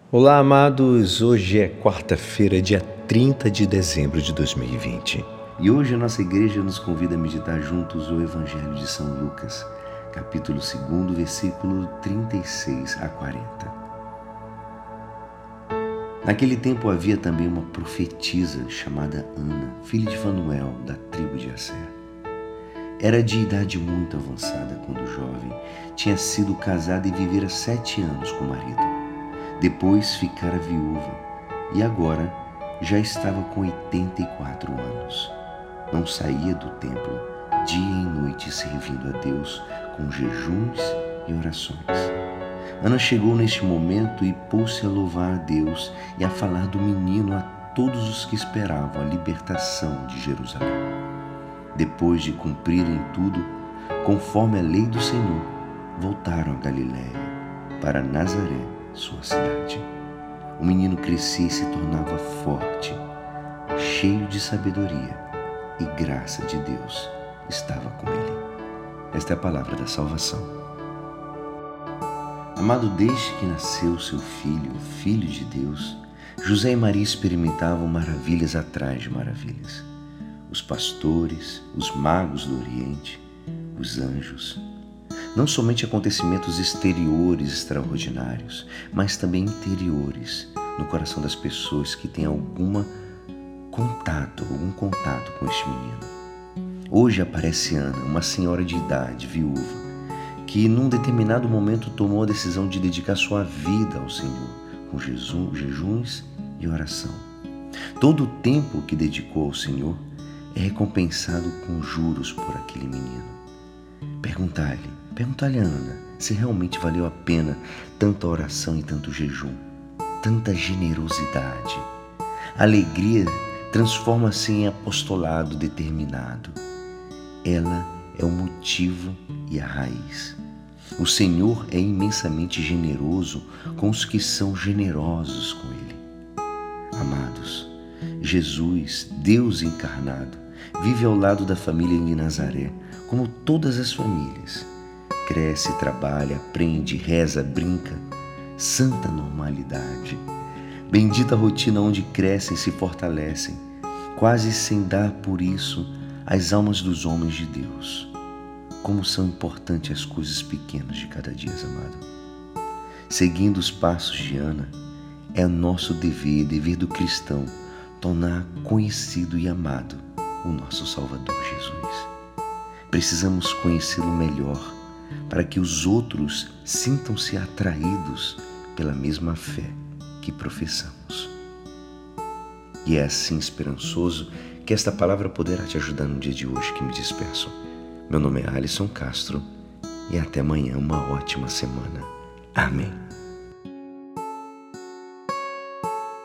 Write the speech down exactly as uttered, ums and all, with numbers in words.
Olá, amados! Hoje é quarta-feira, dia trinta de dezembro de dois mil e vinte. E hoje a nossa igreja nos convida a meditar juntos o Evangelho de São Lucas, capítulo dois, versículo trinta e seis a quarenta. Naquele tempo havia também uma profetisa chamada Ana, filha de Fanuel, da tribo de Asser. Era de idade muito avançada quando jovem, tinha sido casada e vivera sete anos com o marido. Depois ficara viúva e agora já estava com oitenta e quatro anos. Não saía do templo dia e noite servindo a Deus com jejuns e orações. Ana chegou neste momento e pôs-se a louvar a Deus e a falar do menino a todos os que esperavam a libertação de Jerusalém. Depois de cumprirem tudo, conforme a lei do Senhor, voltaram a Galiléia, para Nazaré, sua cidade. O menino crescia e se tornava forte, cheio de sabedoria, e graça de Deus estava com ele. Esta é a palavra da salvação. Amado, desde que nasceu seu filho, o Filho de Deus, José e Maria experimentavam maravilhas atrás de maravilhas. Os pastores, os magos do Oriente, os anjos. Não somente acontecimentos exteriores extraordinários, mas também interiores no coração das pessoas que têm alguma contato, algum contato com este menino. Hoje aparece Ana, uma senhora de idade, viúva, que num determinado momento tomou a decisão de dedicar sua vida ao Senhor, com jejuns e oração. Todo o tempo que dedicou ao Senhor é recompensado com juros por aquele menino. Perguntar-lhe, perguntar-lhe a Ana, se realmente valeu a pena tanta oração e tanto jejum, tanta generosidade. A alegria transforma-se em apostolado determinado. Ela é o motivo e a raiz. O Senhor é imensamente generoso com os que são generosos com Ele. Amados, Jesus, Deus encarnado, vive ao lado da família de Nazaré, como todas as famílias. Cresce, trabalha, aprende, reza, brinca. Santa normalidade. Bendita rotina onde crescem e se fortalecem, quase sem dar por isso as almas dos homens de Deus. Como são importantes as coisas pequenas de cada dia, amado. Seguindo os passos de Ana, é nosso dever, dever do cristão, tornar conhecido e amado o nosso Salvador Jesus. Precisamos conhecê-lo melhor para que os outros sintam-se atraídos pela mesma fé que professamos. E é assim esperançoso que esta palavra poderá te ajudar no dia de hoje que me despeço. Meu nome é Alisson Castro e até amanhã, uma ótima semana. Amém.